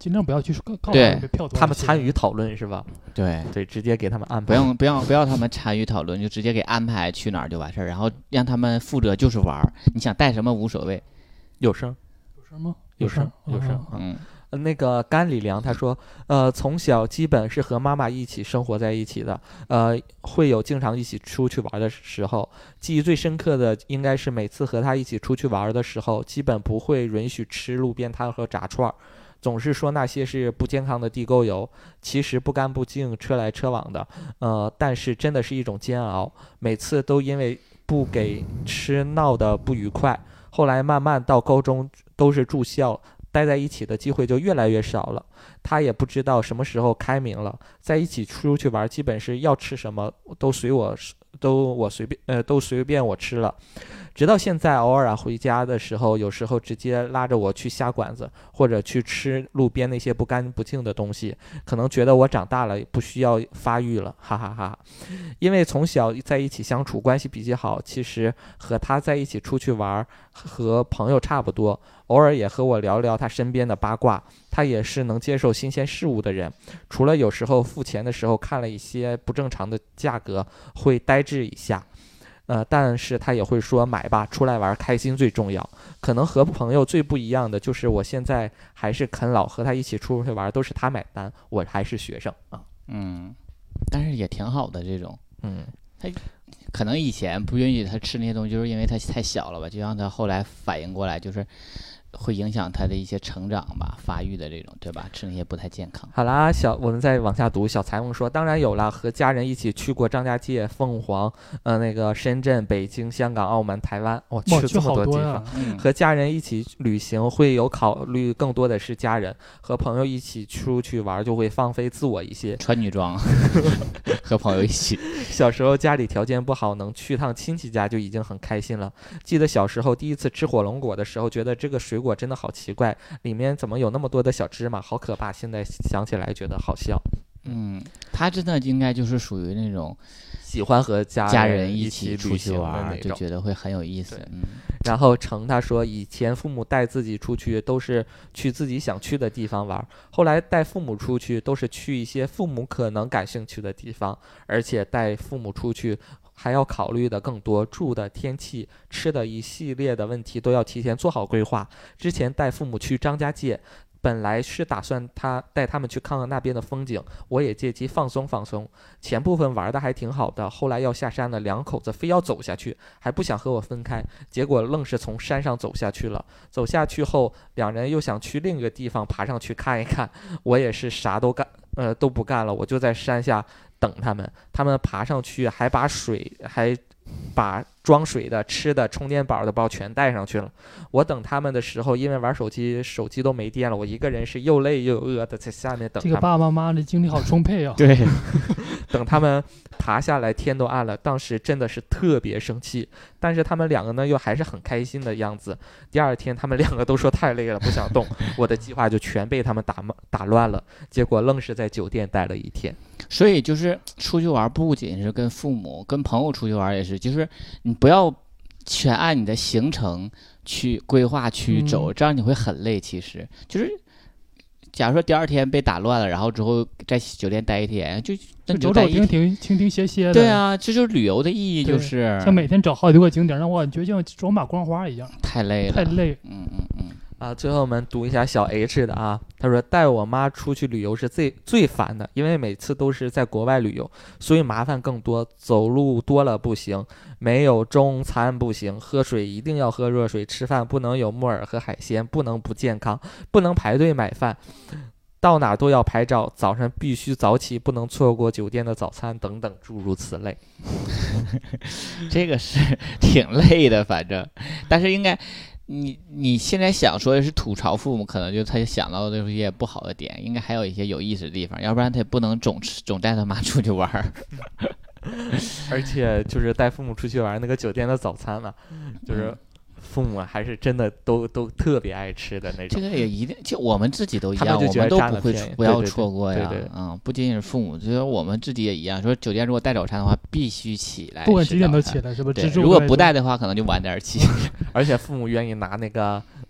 尽量不要去告诉对票多， 他们参与讨论是吧？ 对， 直接给他们安排， 不要他们参与讨论，就直接给安排去哪儿就完事儿，然后让他们负责就是玩儿，你想带什么无所谓。 有声吗？ 有声。那个甘李良他说，从小基本是和妈妈一起生活在一起的，会有经常一起出去玩的时候。记忆最深刻的应该是每次和他一起出去玩的时候，基本不会允许吃路边摊和炸串，总是说那些是不健康的地沟油，其实不干不净，车来车往的，但是真的是一种煎熬，每次都因为不给吃闹得不愉快。后来慢慢到高中都是住校，待在一起的机会就越来越少了。他也不知道什么时候开明了，在一起出去玩，基本是要吃什么都随便我吃了。直到现在，偶尔回家的时候，有时候直接拉着我去下馆子，或者去吃路边那些不干不净的东西，可能觉得我长大了，不需要发育了，哈哈哈。因为从小在一起相处，关系比较好，其实和他在一起出去玩和朋友差不多，偶尔也和我聊聊他身边的八卦。他也是能接受新鲜事物的人，除了有时候付钱的时候看了一些不正常的价格会呆滞一下，但是他也会说买吧，出来玩开心最重要。可能和朋友最不一样的就是我现在还是啃老，和他一起出去玩都是他买单，我还是学生啊。 但是也挺好的这种。他可能以前不允许他吃那些东西，就是因为他太小了吧，就让他后来反应过来，就是会影响他的一些成长吧，发育的这种，对吧？吃那些不太健康。 好啦，我们再往下读。小裁缝说，当然有了，和家人一起去过张家界、凤凰，那个深圳、北京、香港、澳门、台湾，去了这么多地方。和家人一起旅行会有考虑，更多的是家人。和朋友一起出去玩就会放飞自我一些， 穿女装，和朋友一起。 小时候家里条件不好，能去趟亲戚家就已经很开心了。记得小时候第一次吃火龙果的时候，觉得这个水果真的好奇怪，里面怎么有那么多的小芝麻，好可怕。现在想起来觉得好笑。 他真的应该就是属于那种喜欢和家人一起出去玩， 就觉得会很有意思。 然后他说，以前父母带自己出去都是去自己想去的地方玩，后来带父母出去都是去一些父母可能感兴趣的地方，而且带父母出去还要考虑的更多，住的、天气、吃的一系列的问题都要提前做好规划。之前带父母去张家界，本来是打算带他们去看看那边的风景，我也借机放松放松。前部分玩的还挺好的，后来要下山了，两口子非要走下去，还不想和我分开，结果愣是从山上走下去了。走下去后，两人又想去另一个地方爬上去看一看，我也是啥都不干了，我就在山下等他们爬上去，还把装水的、吃的、充电宝的包全带上去了。我等他们的时候，因为玩手机都没电了，我一个人是又累又饿的在下面等他们。 这个爸爸妈妈的精力好充沛啊！ 对， 等他们爬下来，天都暗了。当时真的是特别生气，但是他们两个呢又还是很开心的样子。第二天他们两个都说太累了，不想动，我的计划就全被他们打乱了。结果愣是在酒店待了一天。 所以就是出去玩，不仅是跟父母、跟朋友出去玩，也是，就是你不要全按你的行程去规划去走，这样你会很累。其实就是假如说第二天被打乱了，然后之后在酒店待一天，就走走停停、停停歇歇的。 对啊，这就是旅游的意义，就是像每天找好几个景点，让我感觉像走马观花一样， 太累了， 太累。 最后我们读一下小 H 的啊，他说带我妈出去旅游是最烦的，因为每次都是在国外旅游，所以麻烦更多，走路多了不行，没有中餐不行，喝水一定要喝热水，吃饭不能有木耳和海鲜，不能不健康，不能排队买饭，到哪都要拍照，早上必须早起，不能错过酒店的早餐等等诸如此类。 这个是挺累的，反正，但是应该你现在想说的是吐槽父母，可能就他想到的一些不好的点，应该还有一些有意思的地方，要不然他也不能总带他妈出去玩。 而且就是带父母出去玩那个酒店的早餐嘛，就是父母还是真的都特别爱吃的那种。 这个也一定，就我们自己都一样， 我们都不要错过呀。 对， 不仅仅是父母，就是我们自己也一样。说酒店如果带早餐的话，必须起来， 不管几点都起来，是吧？ 如果不带的话，可能就晚点起。 而且父母愿意拿那个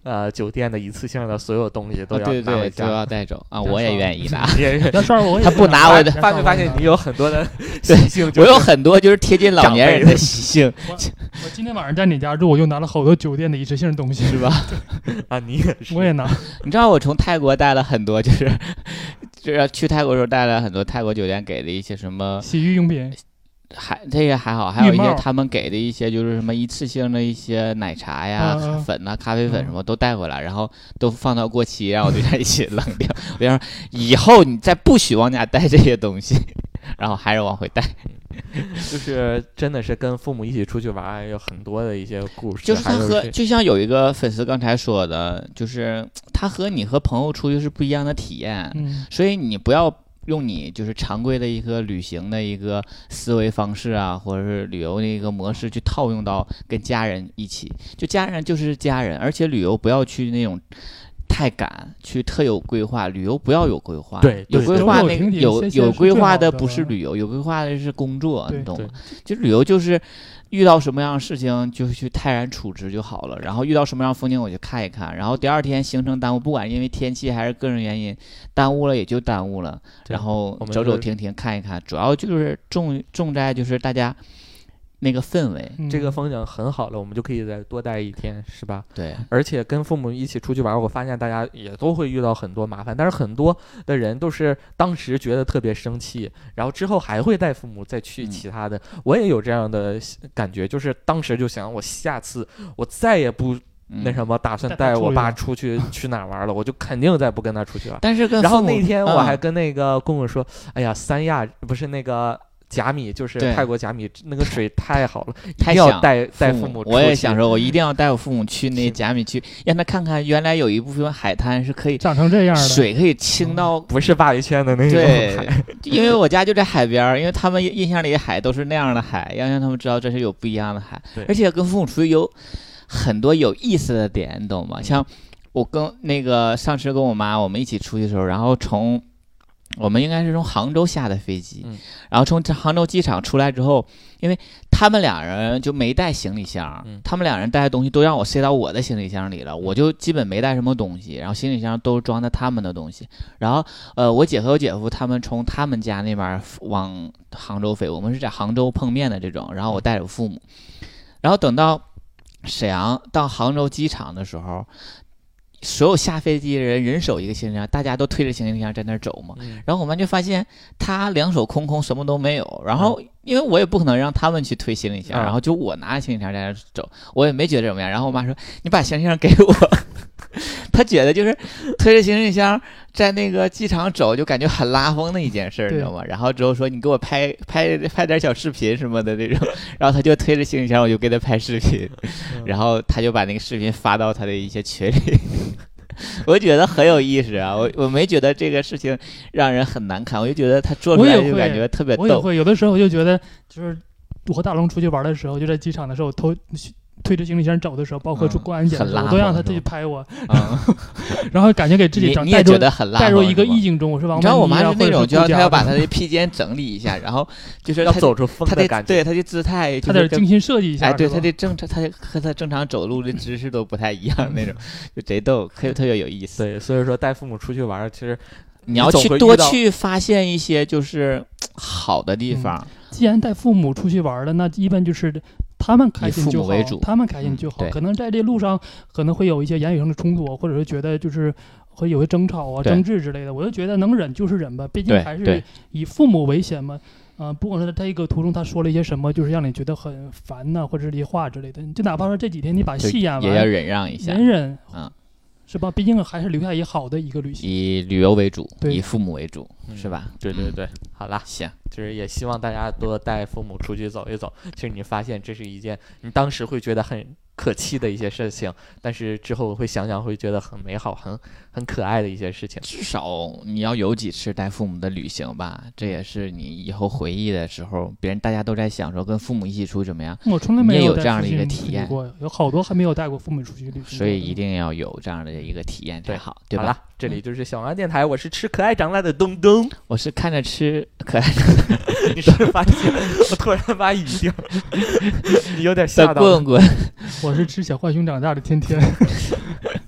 酒店的一次性的所有东西都要对对拿回家， 都要带走啊！我也愿意拿。 要是我也他不拿我的， 发没发现你有很多的习性？ 我有很多就是贴近老年人的习性。 我今天晚上在你家住，我就拿了好多酒店的一次性东西， 是吧？ 啊，你也是， 我也拿。 你知道我从泰国带了很多，就是去泰国的时候带了很多泰国酒店给的一些什么洗浴用品。 这些还好，还有一些他们给的一些就是什么一次性的一些奶茶呀、粉呐、咖啡粉什么都带回来，然后都放到过期，然后我就在一起扔掉。我就说以后你再不许往家带这些东西，然后还是往回带。 就是真的是跟父母一起出去玩，有很多的一些故事。 就是他就像有一个粉丝刚才说的，就是他和你和朋友出去是不一样的体验，所以你不要用你就是常规的一个旅行的一个思维方式啊，或者是旅游的一个模式去套用到跟家人一起。就家人就是家人，而且旅游不要去那种太赶，去特有规划。旅游不要有规划， 对， 有规划那个有规划的不是旅游，有规划的是工作，你懂吗？就旅游就是遇到什么样的事情就去泰然处之就好了，然后遇到什么样的风景我就看一看，然后第二天行程耽误，不管因为天气还是个人原因耽误了也就耽误了，然后走走停停看一看，主要就是重在就是大家那个氛围， 这个风景很好了，我们就可以再多待一天，是吧？ 对， 而且跟父母一起出去玩，我发现大家也都会遇到很多麻烦，但是很多的人都是当时觉得特别生气，然后之后还会带父母再去其他的。我也有这样的感觉，就是当时就想，我下次我再也不那什么打算带我爸出去去哪玩了，我就肯定再不跟他出去玩。 但是然后那天我还跟那个公公说，哎呀，三亚不是那个甲米，就是泰国甲米，那个水太好了，一定要带父母出去。 我也想说，我一定要带我父母去那甲米去，让他看看原来有一部分海滩是可以长成这样的， 水可以清到不是鲅鱼圈的那种海。 对，因为我家就在海边，因为他们印象里的海都是那样的海，要让他们知道这是有不一样的海，而且跟父母出去有很多有意思的点，你懂吗？像我跟那个上次跟我妈我们一起出去的时候，然后我们应该是从杭州下的飞机，然后从杭州机场出来之后，因为他们两人就没带行李箱，他们两人带的东西都让我塞到我的行李箱里了，我就基本没带什么东西，然后行李箱都装的他们的东西。然后我姐和我姐夫他们从他们家那边往杭州飞，我们是在杭州碰面的这种，然后我带着我父母，然后等到沈阳到杭州机场的时候，所有下飞机的人人手一个行李箱，大家都推着行李箱在那儿走嘛。然后我们就发现他两手空空，什么都没有。然后因为我也不可能让他们去推行李箱，然后就我拿着行李箱在那儿走，我也没觉得怎么样。然后我妈说：“你把行李箱给我。”他觉得就是推着行李箱在那个机场走，就感觉很拉风的一件事，你知道吗？然后之后说你给我拍点小视频什么的那种，然后他就推着行李箱，我就给他拍视频，然后他就把那个视频发到他的一些群里。我觉得很有意思啊，我没觉得这个事情让人很难看，我就觉得他做出来就感觉特别逗。 我也会有的时候我就觉得，就是我和大龙出去玩的时候，就在机场的时候推着行李箱走的时候，包括出过安检的时候，我都让他自己拍我，然后感觉给自己带入一个意境中，我是往。 你知道我妈是那种，就要他要把他的披肩整理一下，然后就是要走出风的感觉， 对他的姿态， 他得精心设计一下， 哎，对他的他和他正常走路的姿势都不太一样那种，就贼逗，特别有意思。 对，所以说带父母出去玩，其实你要多去发现一些就是好的地方。 既然带父母出去玩了，那一般就是他们开心就好，他们开心就好。可能在这路上可能会有一些言语上的冲突，或者是觉得就是会有些争吵啊、争执之类的。我就觉得能忍就是忍吧，毕竟还是以父母为先嘛。不管是在一个途中他说了一些什么，就是让你觉得很烦呐，或者是一些话之类的，就哪怕说这几天你把戏演完， 也要忍让一下， 忍是吧？毕竟还是留下一好的一个旅行， 以旅游为主，以父母为主，是吧？ 对，好啦， 行， 就是也希望大家多带父母出去走一走。其实你发现这是一件你当时会觉得很可气的一些事情，但是之后会想想会觉得很美好、很可爱的一些事情。 至少你要有几次带父母的旅行吧，这也是你以后回忆的时候，大家都在想说跟父母一起出去怎么样。 我从来没有这样的一个体验过，有好多还没有带过父母出去旅行， 所以一定要有这样的一个体验才好，对吧？ 好了，这里就是小王电台，我是吃可爱长大的东东， 我是看着吃可爱。 你是发现我突然把语调，你有点吓到。 滚！ 我是吃小浣熊长大的天天。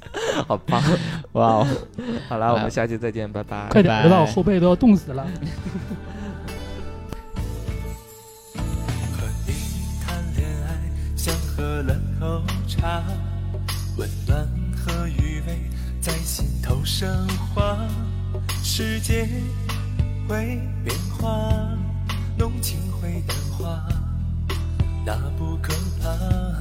好棒， 哇哦！ 好了，我们下期再见，拜拜。 快点吧，我后背都要冻死了。 和你谈恋爱像喝了口茶，温暖和余味在心头升华，世界会变化，浓情会淡化，那不可怕。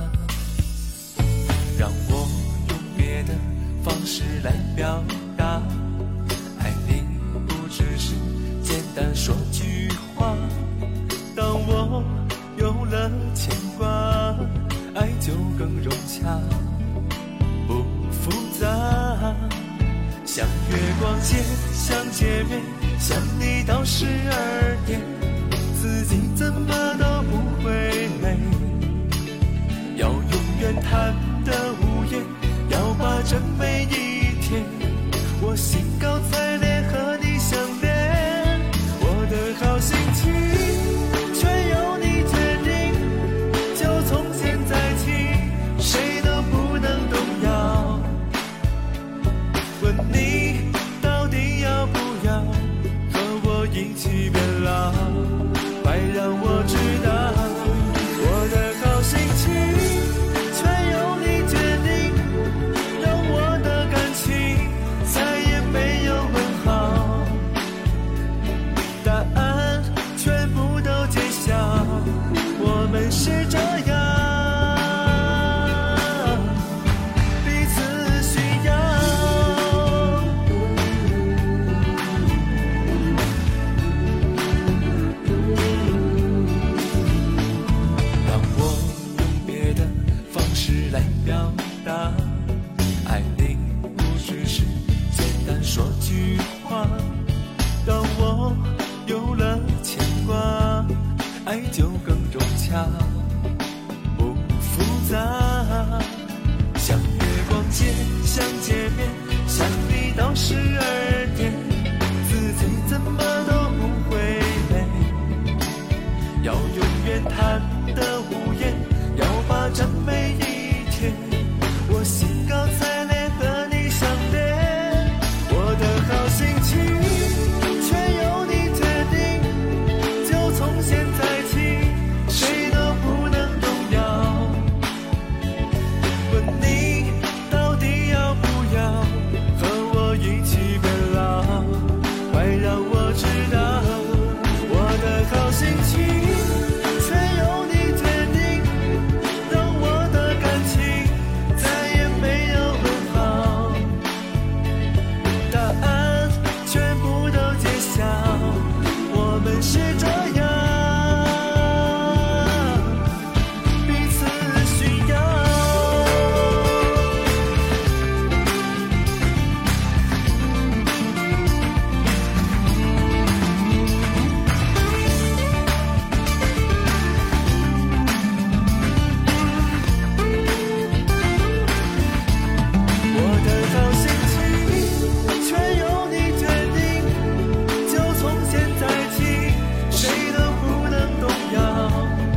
让我用别的方式来表达，爱你不只是简单说句话，当我有了牵挂，爱就更融洽，不复杂。像月光街，像街面，想你到12点，自己怎么都不会累，要永远谈的无言，要把这每一天，我兴高采烈和你相恋，我的好心情全由你决定，就从现在起谁都不能动摇，问你到底要不要和我一起变老，快让我知道我的好心情全由你决定，让我的感情再也没有问号，答案全部都揭晓，我们是这样彼此需要。让我用别的方式来表达，爱你不只是简单说句话，当我有了牵挂，爱就更融洽，不复杂。像月光街，像街面，想你到12点，自己怎么都不会累，要永远谈的无言，要把这每一天，我兴高采烈和你相恋，我的好心情全由你决定，就从现在起谁都不能动摇，问你到底要不要和我一起变老，快让我知道我的好心情全由你决定，让我的感情再也没有问号，答案全部都揭晓，我们是这样彼此需要。我的好心情全由你决定，就从现在起谁都不能动摇，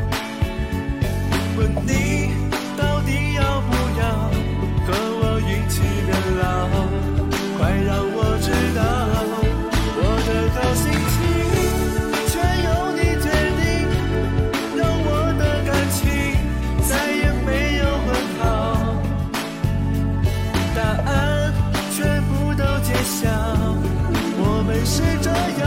问你到底要不要和我一起变老，快让我知道我的好心情全由你决定，让我的感情再也没有问号，答案全部都揭晓，我们是这样